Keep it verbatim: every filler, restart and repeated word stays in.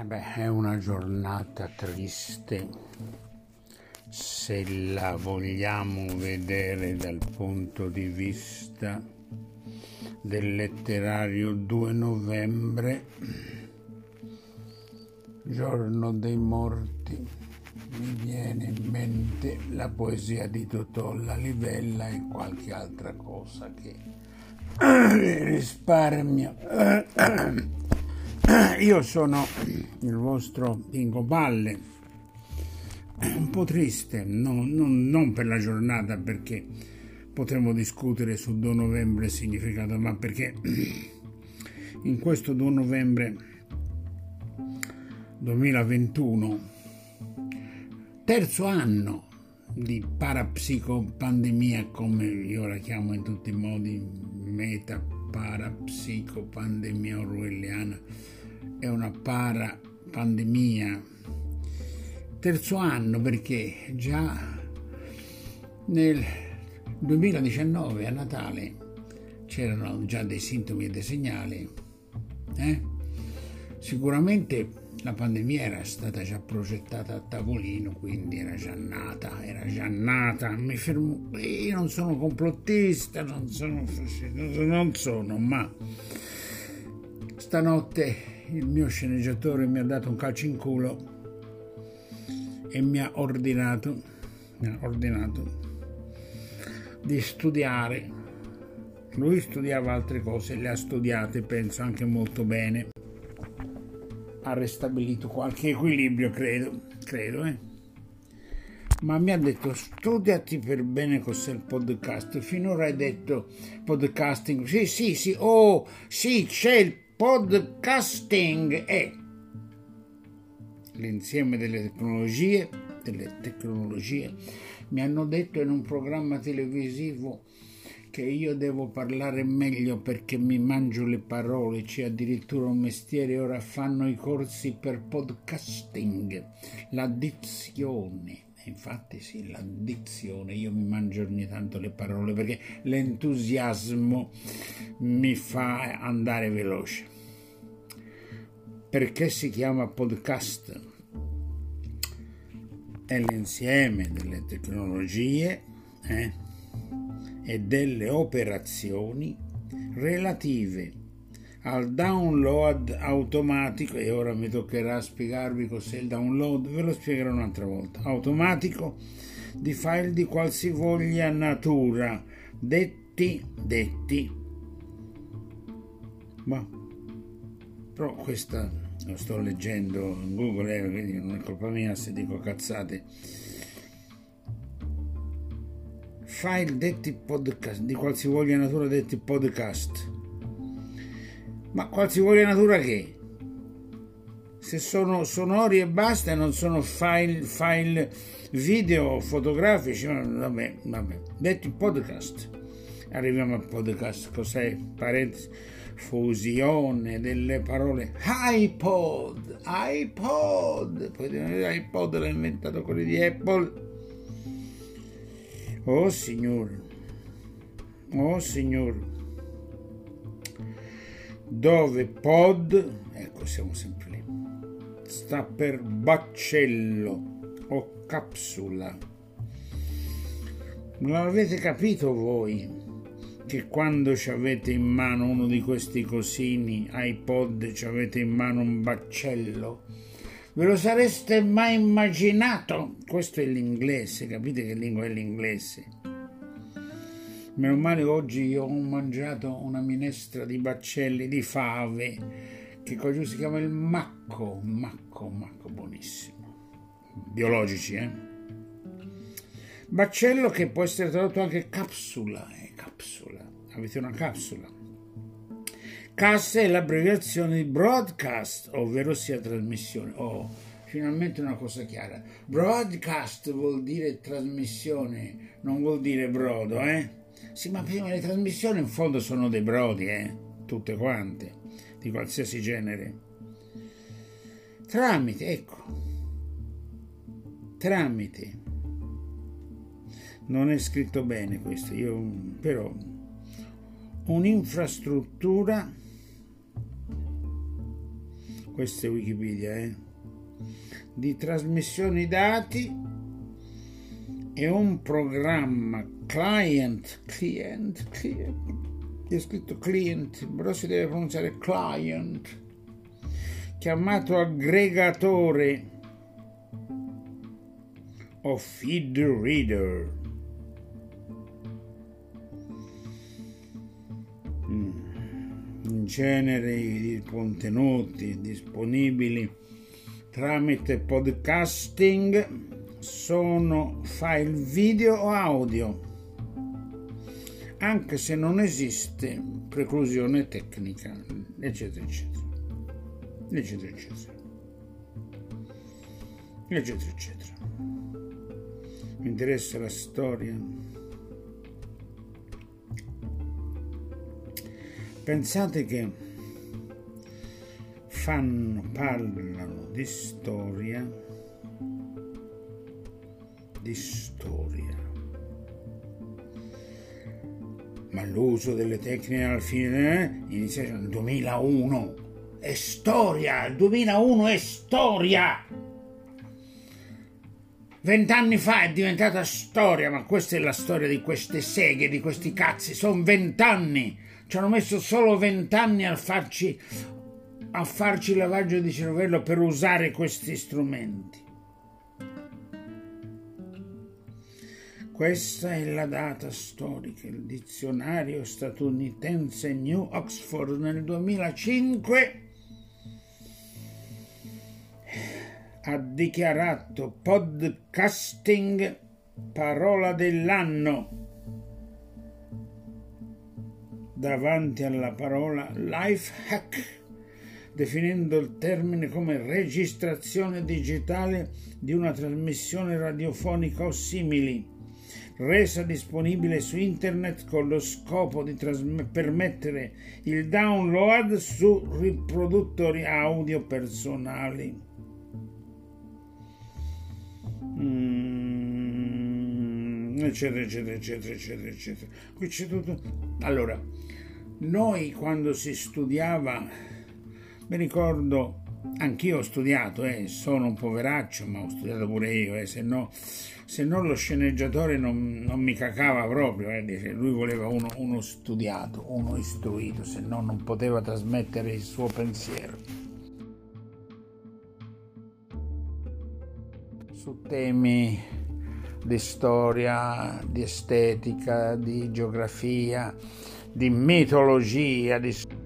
Beh, è una giornata triste se la vogliamo vedere dal punto di vista del letterario due novembre, giorno dei morti. Mi viene in mente la poesia di Totò La Livella e qualche altra cosa che risparmio. Io sono il vostro Pinco Palle, un po' triste, no, non, non per la giornata, perché potremmo discutere su due novembre il significato, ma perché in questo due novembre duemilaventuno, terzo anno di parapsicopandemia, come io la chiamo in tutti i modi, meta parapsicopandemia orwelliana, è una parapandemia. Terzo anno perché già nel duemiladiciannove a Natale c'erano già dei sintomi e dei segnali. Eh? Sicuramente la pandemia era stata già progettata a tavolino, quindi era già nata, era già nata. Mi fermo, io non sono complottista, non sono, non sono, ma stanotte il mio sceneggiatore mi ha dato un calcio in culo e mi ha ordinato, mi ha ordinato di studiare. Lui studiava altre cose, le ha studiate, penso anche molto bene. Ha ristabilito qualche equilibrio, credo, credo, eh. Ma mi ha detto: studiati per bene cos'è il podcast. Finora hai detto podcasting. Sì, sì, sì, oh, sì, c'è il podcasting. È l'insieme delle tecnologie, delle tecnologie. Mi hanno detto in un programma televisivo che io devo parlare meglio perché mi mangio le parole, c'è addirittura un mestiere, ora fanno i corsi per podcasting, la dizione. Infatti sì, la dizione, io mi mangio ogni tanto le parole perché l'entusiasmo mi fa andare veloce. Perché si chiama podcast? È l'insieme delle tecnologie, eh? e delle operazioni relative al download automatico, e ora mi toccherà spiegarvi cos'è il download, ve lo spiegherò un'altra volta, automatico di file di qualsivoglia natura, detti, detti, ma però questa lo sto leggendo in Google, eh, quindi non è colpa mia se dico cazzate. File detti podcast, di qualsivoglia natura detti podcast. Ma qualsivoglia natura che? Se sono sonori e basta e non sono file, file video fotografici, vabbè, vabbè. Detti podcast. Arriviamo al podcast, cos'è? Parentesi, fusione delle parole iPod, iPod, poi iPod l'ha inventato quello di Apple. Oh signore, oh signore, dove pod, ecco siamo sempre lì, sta per baccello o capsula. Non avete capito voi che quando ci avete in mano uno di questi cosini iPod, ci avete in mano un baccello? Ve lo sareste mai immaginato? Questo è l'inglese, capite che lingua è l'inglese? Meno male oggi io ho mangiato una minestra di baccelli, di fave, che così si chiama il macco, macco, macco, buonissimo. Biologici, eh? Baccello che può essere tradotto anche capsula, eh, capsula. Avete una capsula. Cassa è l'abbreviazione di broadcast, ovvero sia trasmissione. Oh, finalmente una cosa chiara. Broadcast vuol dire trasmissione, non vuol dire brodo, eh? Sì, ma prima le trasmissioni in fondo sono dei brodi, eh? Tutte quante, di qualsiasi genere. Tramite, ecco. Tramite. Non è scritto bene questo, io però un'infrastruttura questa è Wikipedia, eh, di trasmissione dati è un programma client, client, client, è scritto client, però si deve pronunciare client, chiamato aggregatore o feed reader. In genere i contenuti disponibili tramite podcasting sono file video o audio, anche se non esiste preclusione tecnica, eccetera, eccetera, eccetera, eccetera, eccetera, eccetera. Mi interessa la storia. Pensate che fanno, parlano di storia, di storia, ma l'uso delle tecniche al fine eh, inizia nel duemilauno. È storia, il duemilauno è storia. Vent'anni fa è diventata storia, ma questa è la storia di queste seghe, di questi cazzi, sono vent'anni. Ci hanno messo solo vent'anni a farci, a farci lavaggio di cervello per usare questi strumenti. Questa è la data storica. Il dizionario statunitense New Oxford nel duemilacinque ha dichiarato podcasting parola dell'anno davanti alla parola life hack, definendo il termine come registrazione digitale di una trasmissione radiofonica o simili, resa disponibile su internet con lo scopo di trasm- permettere il download su riproduttori audio personali. Mm, eccetera, eccetera, eccetera, eccetera, eccetera. Qui c'è tutto. Allora, noi quando si studiava, mi ricordo, anch'io ho studiato, eh, sono un poveraccio, ma ho studiato pure io, eh, se no, se no lo sceneggiatore non, non mi cacava proprio, eh, dice, lui voleva uno, uno studiato, uno istruito, se no non poteva trasmettere il suo pensiero su temi di storia, di estetica, di geografia, di mitologia, di